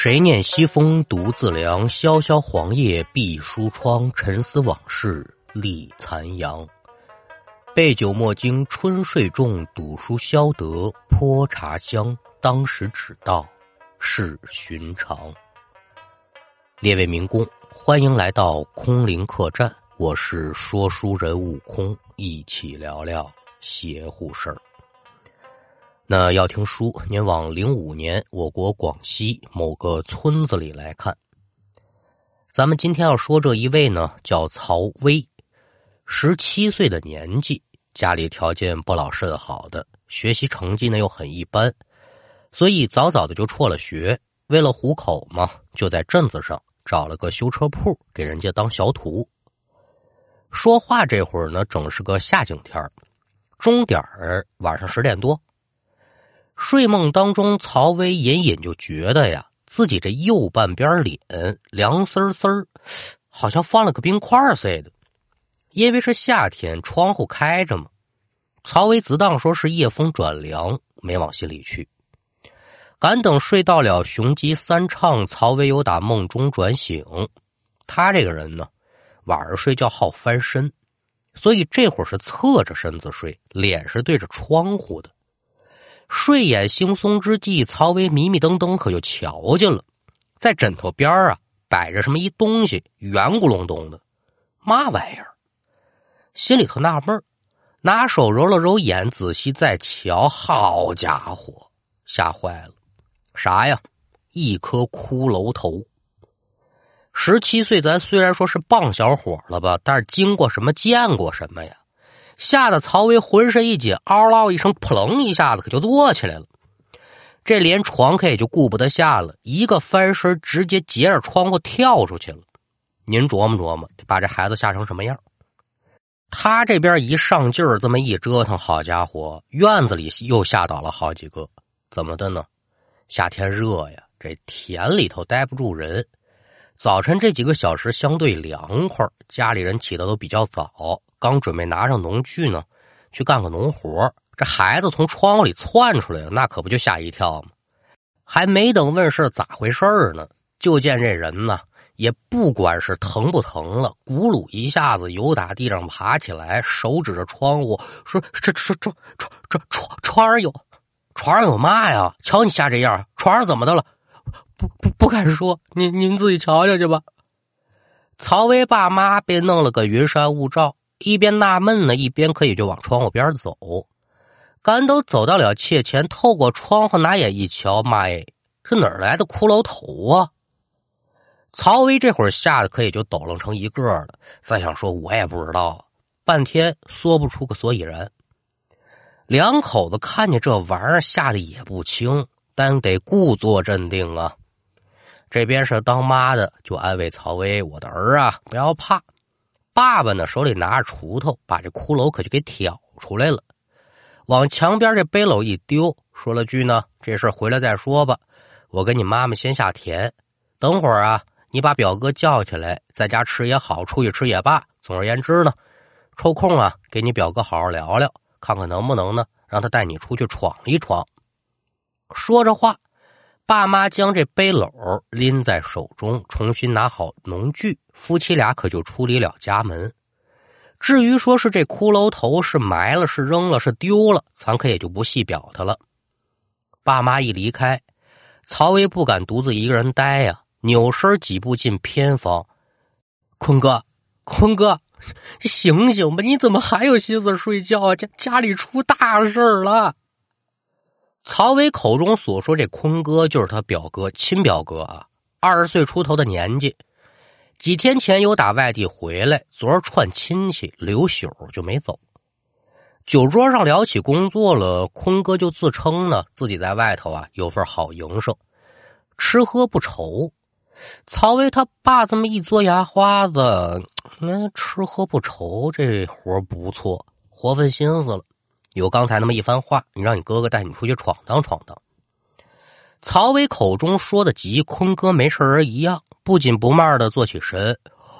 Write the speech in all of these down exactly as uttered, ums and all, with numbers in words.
谁念西风独自凉，萧萧黄叶闭疏窗。沉思往事立残阳。备酒莫惊春睡重，赌书消得泼茶香。当时只道是寻常。列位民工，欢迎来到空灵客栈，我是说书人悟空，一起聊聊邪乎事儿。那要听书，您往零五年我国广西某个村子里来看。咱们今天要说这一位呢，叫曹薇，十七岁的年纪，家里条件不老甚好的，学习成绩呢又很一般，所以早早的就辍了学。为了糊口嘛，就在镇子上找了个修车铺，给人家当小徒。说话这会儿呢，正是个夏景天，钟点儿晚上十点多。睡梦当中，曹薇隐隐就觉得呀，自己这右半边脸凉丝丝儿，好像放了个冰块似的。因为是夏天，窗户开着嘛，曹薇自当说是夜风转凉，没往心里去。赶等睡到了雄鸡三唱，曹薇又打梦中转醒。他这个人呢，晚上睡觉好翻身，所以这会儿是侧着身子睡，脸是对着窗户的。睡眼惺忪之际，曹薇迷迷瞪瞪可就瞧见了，在枕头边啊摆着什么一东西，圆咕隆咚的，嘛玩意儿？心里头纳闷，拿手揉了揉眼，仔细再瞧，好家伙，吓坏了！啥呀？一颗骷髅头。十七岁，咱虽然说是棒小伙了吧，但是经过什么见过什么呀？吓得曹薇浑身一紧，嗷嗷一声，扑棱一下子可就坐起来了。这连床可也就顾不得下了，一个翻身直接截着窗户跳出去了。您琢磨琢磨，把这孩子吓成什么样？他这边一上劲儿，这么一折腾，好家伙，院子里又吓倒了好几个。怎么的呢？夏天热呀，这田里头待不住人。早晨这几个小时相对凉快，家里人起得都比较早，刚准备拿上农具呢，去干个农活，这孩子从窗户里窜出来了，那可不就吓一跳吗？还没等问事咋回事呢，就见这人呢，也不管是疼不疼了，咕噜一下子由打地上爬起来，手指着窗户说：“这这这这这床床上有，床上有嘛呀？瞧你吓这样，床上怎么的了？不不不敢说，您您自己瞧瞧去吧。”曹薇爸妈被弄了个云山雾罩，一边纳闷呢，一边可以就往窗户边走。赶都走到了妾前，透过窗户拿眼一瞧，妈耶，这哪儿来的骷髅头啊？曹薇这会儿吓得可也就抖楞成一个了，再想说我也不知道，半天说不出个所以然。两口子看见这玩意儿吓得也不轻，但得故作镇定啊。这边是当妈的就安慰曹薇：“我的儿啊，不要怕。”爸爸呢手里拿着锄头，把这骷髅可就给挑出来了，往墙边这背篓一丢，说了句呢：“这事回来再说吧，我跟你妈妈先下田，等会儿啊，你把表哥叫起来，在家吃也好，出去吃也罢。总而言之呢，抽空啊，给你表哥好好聊聊，看看能不能呢，让他带你出去闯一闯。”说着话，爸妈将这背篓拎在手中，重新拿好农具，夫妻俩可就出离了家门。至于说是这骷髅头是埋了是扔了是丢了，咱可也就不细表他了。爸妈一离开，曹薇不敢独自一个人待呀，扭身几步进偏房：“坤哥，坤哥，醒醒吧，你怎么还有心思睡觉啊？家家里出大事了。”曹薇口中所说这坤哥就是他表哥，亲表哥啊，二十岁出头的年纪，几天前有打外地回来，昨儿串亲戚留宿就没走。酒桌上聊起工作了，坤哥就自称呢自己在外头啊有份好营生，吃喝不愁。曹薇他爸这么一嘬牙花子，嗯，吃喝不愁这活不错，活分心思了。有刚才那么一番话，你让你哥哥带你出去闯荡闯荡。曹薇口中说的急，坤哥没事人一样，不紧不慢的坐起身。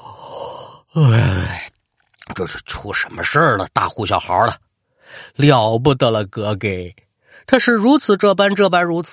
哎，这是出什么事儿了？大呼小嚎的，了不得了，哥哥，他是如此这般这般如此。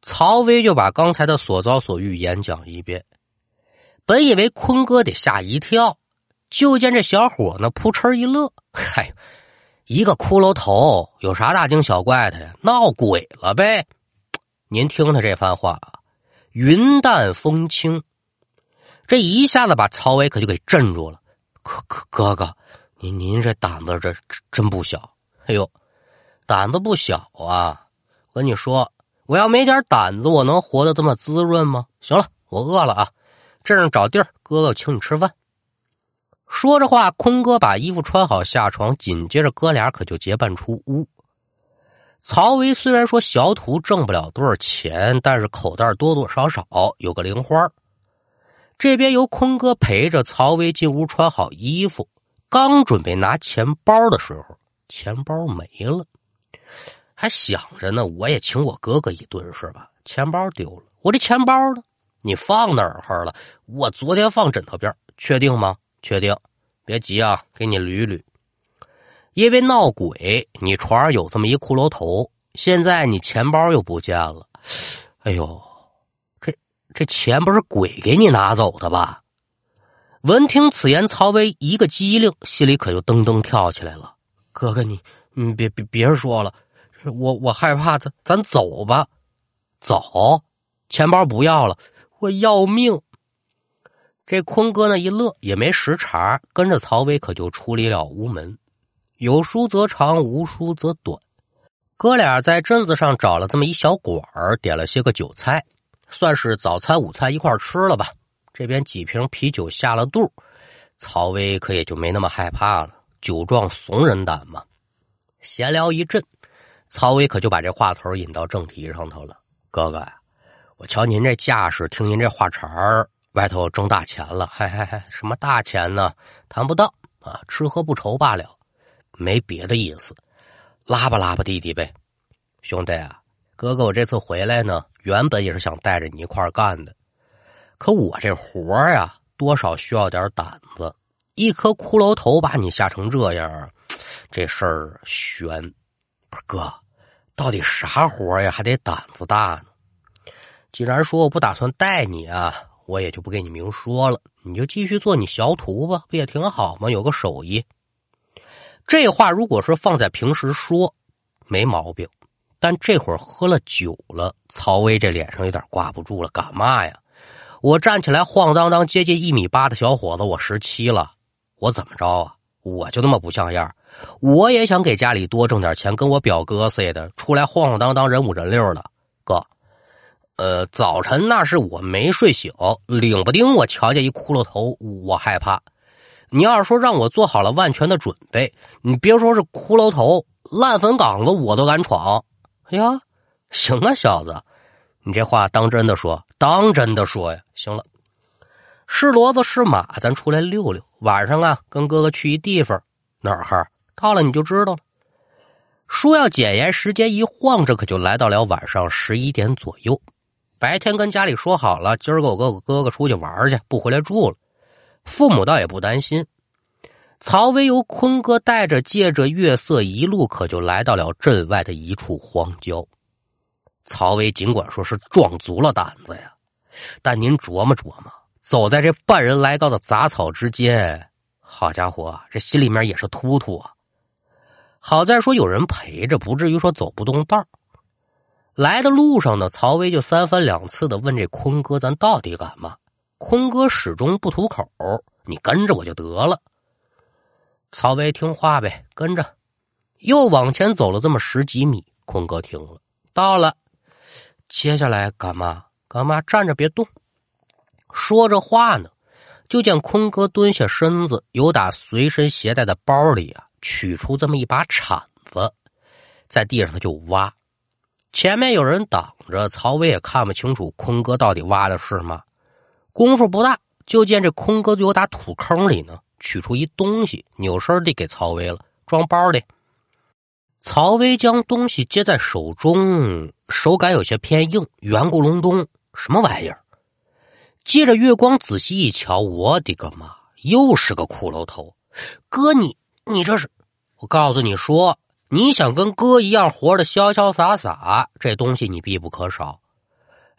曹薇就把刚才的所遭所遇演讲一遍。本以为坤哥得吓一跳，就见这小伙呢扑哧一乐，嗨，一个骷髅头有啥大惊小怪的呀？闹鬼了呗。您听他这番话啊，云淡风轻，这一下子把曹薇可就给镇住了。哥哥哥哥，您您这胆子这真不小。哎呦，胆子不小啊！我跟你说，我要没点胆子，我能活得这么滋润吗？行了，我饿了啊，这样找地儿，哥哥请你吃饭。说着话，坤哥把衣服穿好下床，紧接着哥俩可就结伴出屋。曹薇虽然说小土挣不了多少钱，但是口袋多多少少有个零花。这边由坤哥陪着曹薇进屋穿好衣服，刚准备拿钱包的时候，钱包没了。还想着呢，我也请我哥哥一顿是吧？钱包丢了，我这钱包呢？你放哪儿了？我昨天放枕头边，确定吗？确定。别急啊，给你捋捋。因为闹鬼，你床上有这么一骷髅头，现在你钱包又不见了。哎呦，这这钱不是鬼给你拿走的吧？闻听此言，曹薇一个机灵，心里可就噔噔跳起来了。哥哥你，你别别别说了，我我害怕，咱咱走吧。走？钱包不要了，我要命。这坤哥呢一乐，也没识茬，跟着曹薇可就出离了屋门。有书则长，无书则短。哥俩在镇子上找了这么一小馆儿，点了些个酒菜，算是早餐午餐一块吃了吧。这边几瓶啤酒下了肚，曹薇可也就没那么害怕了，酒壮怂人胆嘛。闲聊一阵，曹薇可就把这话头引到正题上头了。哥哥呀，我瞧您这架势，听您这话茬儿，外头挣大钱了。嗨嗨嗨，什么大钱呢？谈不到啊，吃喝不愁罢了，没别的意思，拉吧拉吧弟弟呗。兄弟啊，哥哥我这次回来呢，原本也是想带着你一块儿干的，可我这活儿呀，多少需要点胆子。一颗骷髅头把你吓成这样，这事儿悬。不是哥，到底啥活呀？还得胆子大呢。既然说我不打算带你啊，我也就不给你明说了，你就继续做你小徒吧，不也挺好吗？有个手艺。这话如果是放在平时说没毛病，但这会儿喝了酒了，曹薇这脸上有点挂不住了。干嘛呀？我站起来晃荡荡接近一米八的小伙子，我十七了，我怎么着啊？我就那么不像样？我也想给家里多挣点钱，跟我表哥似的出来晃晃荡荡人五人六的。哥，呃，早晨那是我没睡醒，领不丁我瞧见一骷髅头，我害怕。你要是说让我做好了万全的准备，你别说是骷髅头，烂坟岗子我都敢闯。哎呀，行啊小子，你这话当真的说，当真的说呀。行了，是骡子是马，咱出来溜溜，晚上啊跟哥哥去一地方。哪儿哈？到了你就知道了。说要检验时间一晃，这可就来到了晚上十一点左右。白天跟家里说好了，今儿个我跟我哥哥出去玩去，不回来住了。父母倒也不担心。曹薇由坤哥带着，借着月色一路可就来到了镇外的一处荒郊。曹薇尽管说是壮足了胆子呀，但您琢磨琢磨，走在这半人来高的杂草之间，好家伙，这心里面也是突突啊。好在说有人陪着，不至于说走不动道。来的路上呢，曹薇就三番两次的问这坤哥咱到底干嘛。坤哥始终不吐口，你跟着我就得了。曹薇听话呗，跟着。又往前走了这么十几米，坤哥停了，到了。接下来干嘛？干嘛站着别动。说着话呢，就见坤哥蹲下身子，由打随身携带的包里啊取出这么一把铲子，在地上他就挖。前面有人挡着，曹薇也看不清楚坤哥到底挖的是嘛。功夫不大，就见这坤哥就由打土坑里呢取出一东西，扭身递给曹薇了，装包里。曹薇将东西接在手中，手感有些偏硬，圆咕隆咚，什么玩意儿？借着月光仔细一瞧，我的个妈，又是个骷髅头。哥你你这是，我告诉你说，你想跟哥一样活得潇潇洒洒，这东西你必不可少。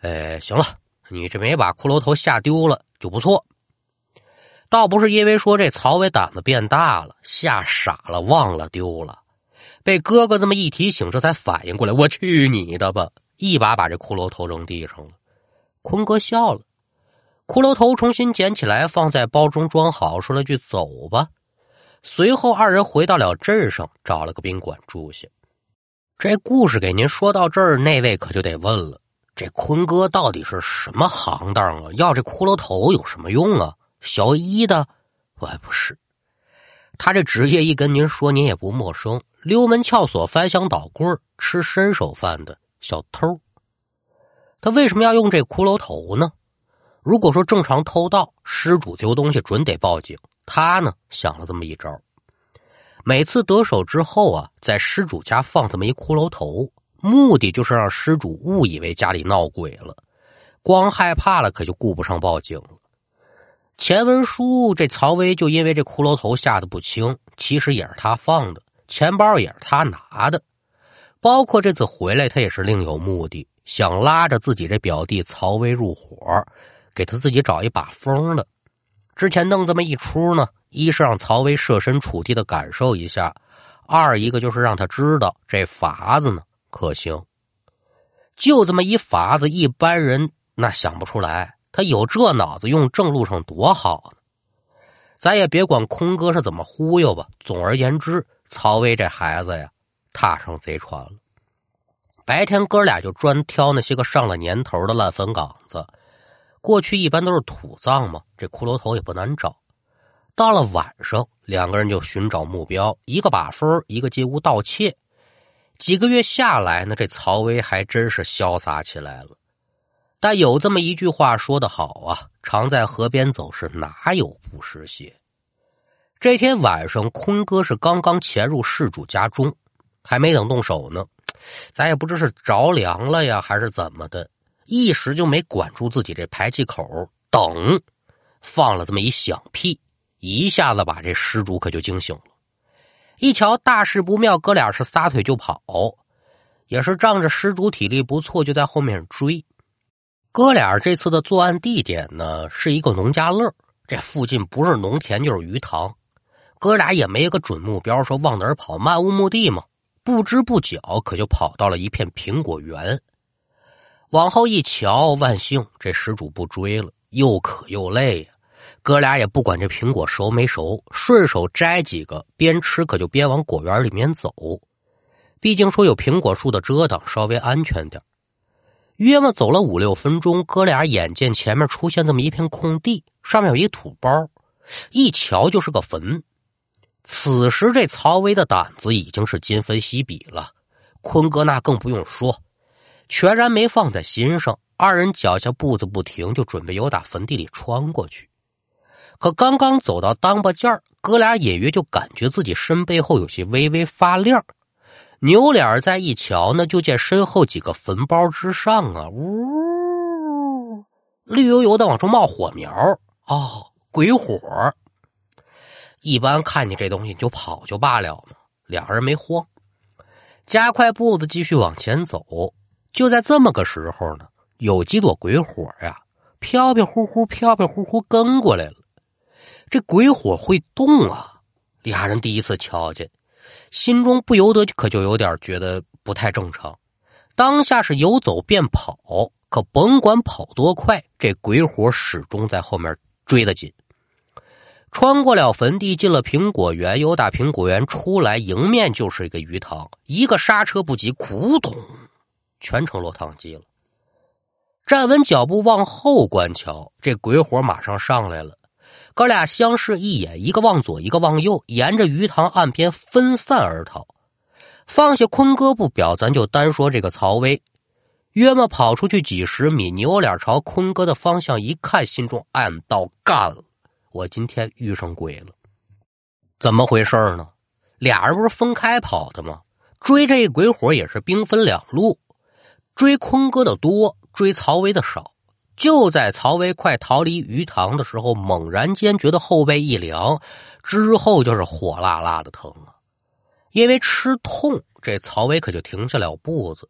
哎，行了，你这没把骷髅头吓丢了就不错。倒不是因为说这曹伟胆子变大了，吓傻了，忘了丢了，被哥哥这么一提醒，这才反应过来，我去你的吧，一把把这骷髅头扔地上了。坤哥笑了，骷髅头重新捡起来，放在包中装好，说了句走吧。随后二人回到了镇上，找了个宾馆住下。这故事给您说到这儿，那位可就得问了，这坤哥到底是什么行当啊？要这骷髅头有什么用啊？小医的？我还不是。他这职业一跟您说，您也不陌生，溜门撬锁、翻箱倒柜、吃伸手饭的小偷。他为什么要用这骷髅头呢？如果说正常偷盗，失主丢东西准得报警，他呢想了这么一招。每次得手之后啊，在失主家放这么一骷髅头，目的就是让失主误以为家里闹鬼了，光害怕了可就顾不上报警了。前文书这曹薇就因为这骷髅头吓得不轻，其实也是他放的，钱包也是他拿的，包括这次回来他也是另有目的，想拉着自己这表弟曹薇入伙，给他自己找一把风的。之前弄这么一出呢，一是让曹薇设身处地的感受一下，二一个就是让他知道这法子呢可行。就这么一法子，一般人那想不出来，他有这脑子用正路上多好呢。咱也别管空哥是怎么忽悠吧，总而言之，曹薇这孩子呀踏上贼船了。白天哥俩就专挑那些个上了年头的烂坟岗子，过去一般都是土葬嘛，这骷髅头也不难找。到了晚上，两个人就寻找目标，一个把风，一个进屋盗窃。几个月下来呢，这曹薇还真是潇洒起来了。但有这么一句话说得好啊，常在河边走是哪有不湿鞋。这天晚上，坤哥是刚刚潜入事主家中，还没等动手呢，咱也不知是着凉了呀还是怎么的，一时就没管住自己这排气口，等放了这么一响屁，一下子把这失主可就惊醒了。一瞧大事不妙，哥俩是撒腿就跑，也是仗着失主体力不错，就在后面追。哥俩这次的作案地点呢是一个农家乐，这附近不是农田就是鱼塘，哥俩也没个准目标，说往哪儿跑，漫无目的嘛。不知不觉可就跑到了一片苹果园。往后一瞧，万幸这失主不追了，又渴又累呀、啊，哥俩也不管这苹果熟没熟，顺手摘几个，边吃可就边往果园里面走。毕竟说有苹果树的遮挡，稍微安全点。约莫走了五六分钟，哥俩眼见前面出现这么一片空地，上面有一土包，一瞧就是个坟。此时这曹薇的胆子已经是今非昔比了，坤哥那更不用说，全然没放在心上。二人脚下步子不停，就准备由打坟地里穿过去。可刚刚走到当巴尖儿，哥俩隐约就感觉自己身背后有些微微发亮，扭脸再一瞧呢，就见身后几个坟包之上啊，呜，绿油油的往出冒火苗。哦，鬼火。一般看见这东西就跑就罢了嘛，两人没慌，加快步子继续往前走。就在这么个时候呢，有几朵鬼火呀飘飘忽忽飘飘忽忽跟过来了。这鬼火会动啊，俩人第一次瞧见，心中不由得可就有点觉得不太正常。当下是由走变跑，可甭管跑多快，这鬼火始终在后面追得紧。穿过了坟地，进了苹果园，由打苹果园出来，迎面就是一个鱼塘，一个刹车不及，咕咚，全成落汤鸡了。站稳脚步往后观瞧，这鬼火马上上来了。哥俩相视一眼，一个往左，一个往右，沿着鱼塘岸边分散而逃。放下坤哥不表，咱就单说这个曹薇。约莫跑出去几十米，扭脸朝坤哥的方向一看，心中暗道干了，我今天遇上鬼了。怎么回事呢？俩人不是分开跑的吗？追这鬼火也是兵分两路，追坤哥的多，追曹薇的少。就在曹薇快逃离鱼塘的时候，猛然间觉得后背一凉，之后就是火辣辣的疼啊。因为吃痛，这曹薇可就停下了步子，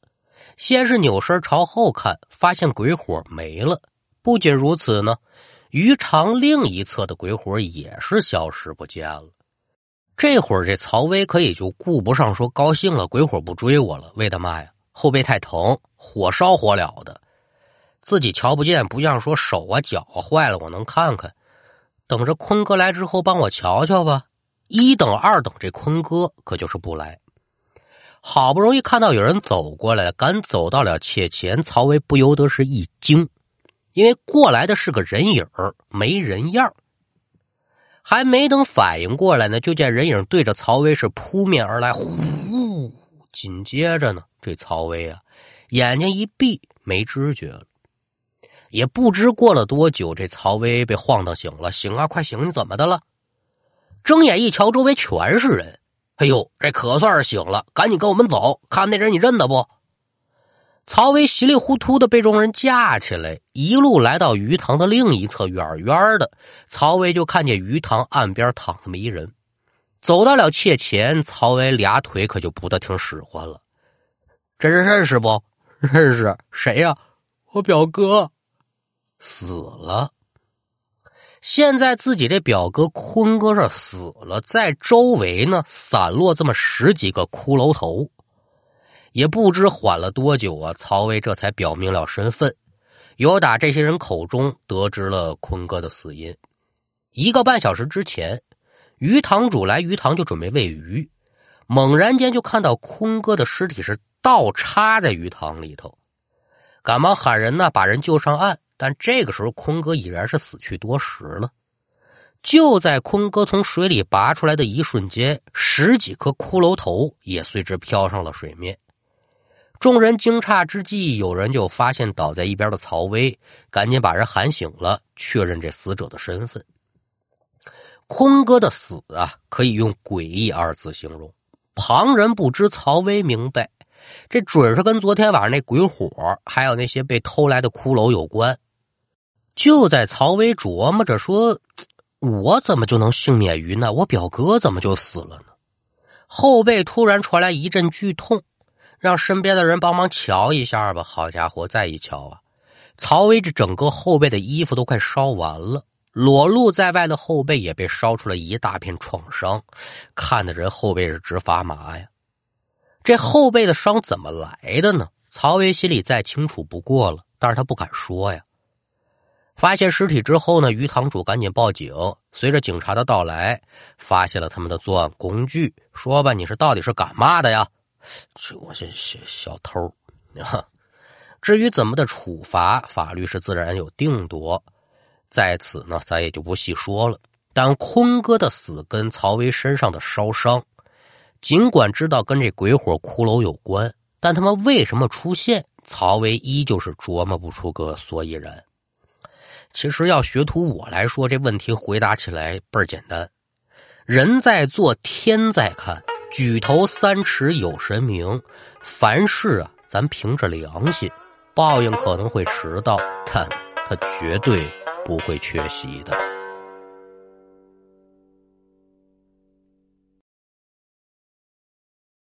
先是扭身朝后看，发现鬼火没了。不仅如此呢，鱼塘另一侧的鬼火也是消失不见了。这会儿这曹薇可以就顾不上说高兴了，鬼火不追我了，为他妈呀，后背太疼，火烧火燎的，自己瞧不见，不像说手啊脚啊坏了我能看看，等着坤哥来之后帮我瞧瞧吧。一等二等这坤哥可就是不来。好不容易看到有人走过来，赶走到了切前，曹薇不由得是一惊，因为过来的是个人影儿，没人样。还没等反应过来呢，就见人影对着曹薇是扑面而来，呼！紧接着呢，这曹薇啊，眼睛一闭，没知觉了。也不知过了多久，这曹薇被晃荡醒了，醒啊，快醒！你怎么的了？睁眼一瞧，周围全是人。哎呦，这可算是醒了，赶紧跟我们走，看那人你认得不？曹薇稀里糊涂的被众人架起来，一路来到鱼塘的另一侧，远远的，曹薇就看见鱼塘岸边躺这么一人。走到了切前，曹薇俩腿可就不得挺使唤了。这人认识不？认识。谁呀？我表哥。死了。现在自己这表哥坤哥这死了，在周围呢散落这么十几个骷髅头。也不知缓了多久啊，曹薇这才表明了身份，由打这些人口中得知了坤哥的死因。一个半小时之前，鱼塘主来鱼塘就准备喂鱼，猛然间就看到坤哥的尸体是倒插在鱼塘里头，赶忙喊人呢，把人救上岸。但这个时候坤哥已然是死去多时了。就在坤哥从水里拔出来的一瞬间，十几颗骷髅头也随之飘上了水面。众人惊诧之际，有人就发现倒在一边的曹薇，赶紧把人喊醒了，确认这死者的身份。坤哥的死啊，可以用诡异二字形容。旁人不知，曹薇明白，这准是跟昨天晚上那鬼火还有那些被偷来的骷髅有关。就在曹薇琢磨着说，我怎么就能幸免于难，我表哥怎么就死了呢？后背突然传来一阵剧痛，让身边的人帮忙瞧一下吧。好家伙，再一瞧啊，曹薇这整个后背的衣服都快烧完了，裸露在外的后背也被烧出了一大片创伤，看的人后背是直发麻呀。这后背的伤怎么来的呢？曹薇心里再清楚不过了，但是他不敢说呀。发现尸体之后呢，鱼塘主赶紧报警，随着警察的到来，发现了他们的作案工具。说吧，你是到底是干嘛的呀？这我这小小偷啊！至于怎么的处罚，法律是自然有定夺，在此呢，咱也就不细说了。但坤哥的死跟曹薇身上的烧伤，尽管知道跟这鬼火骷髅有关，但他们为什么出现，曹薇依旧是琢磨不出个所以然。其实要学徒我来说，这问题回答起来倍儿简单。人在做，天在看，举头三尺有神明。凡事啊，咱凭着良心，报应可能会迟到，但它绝对不会缺席的。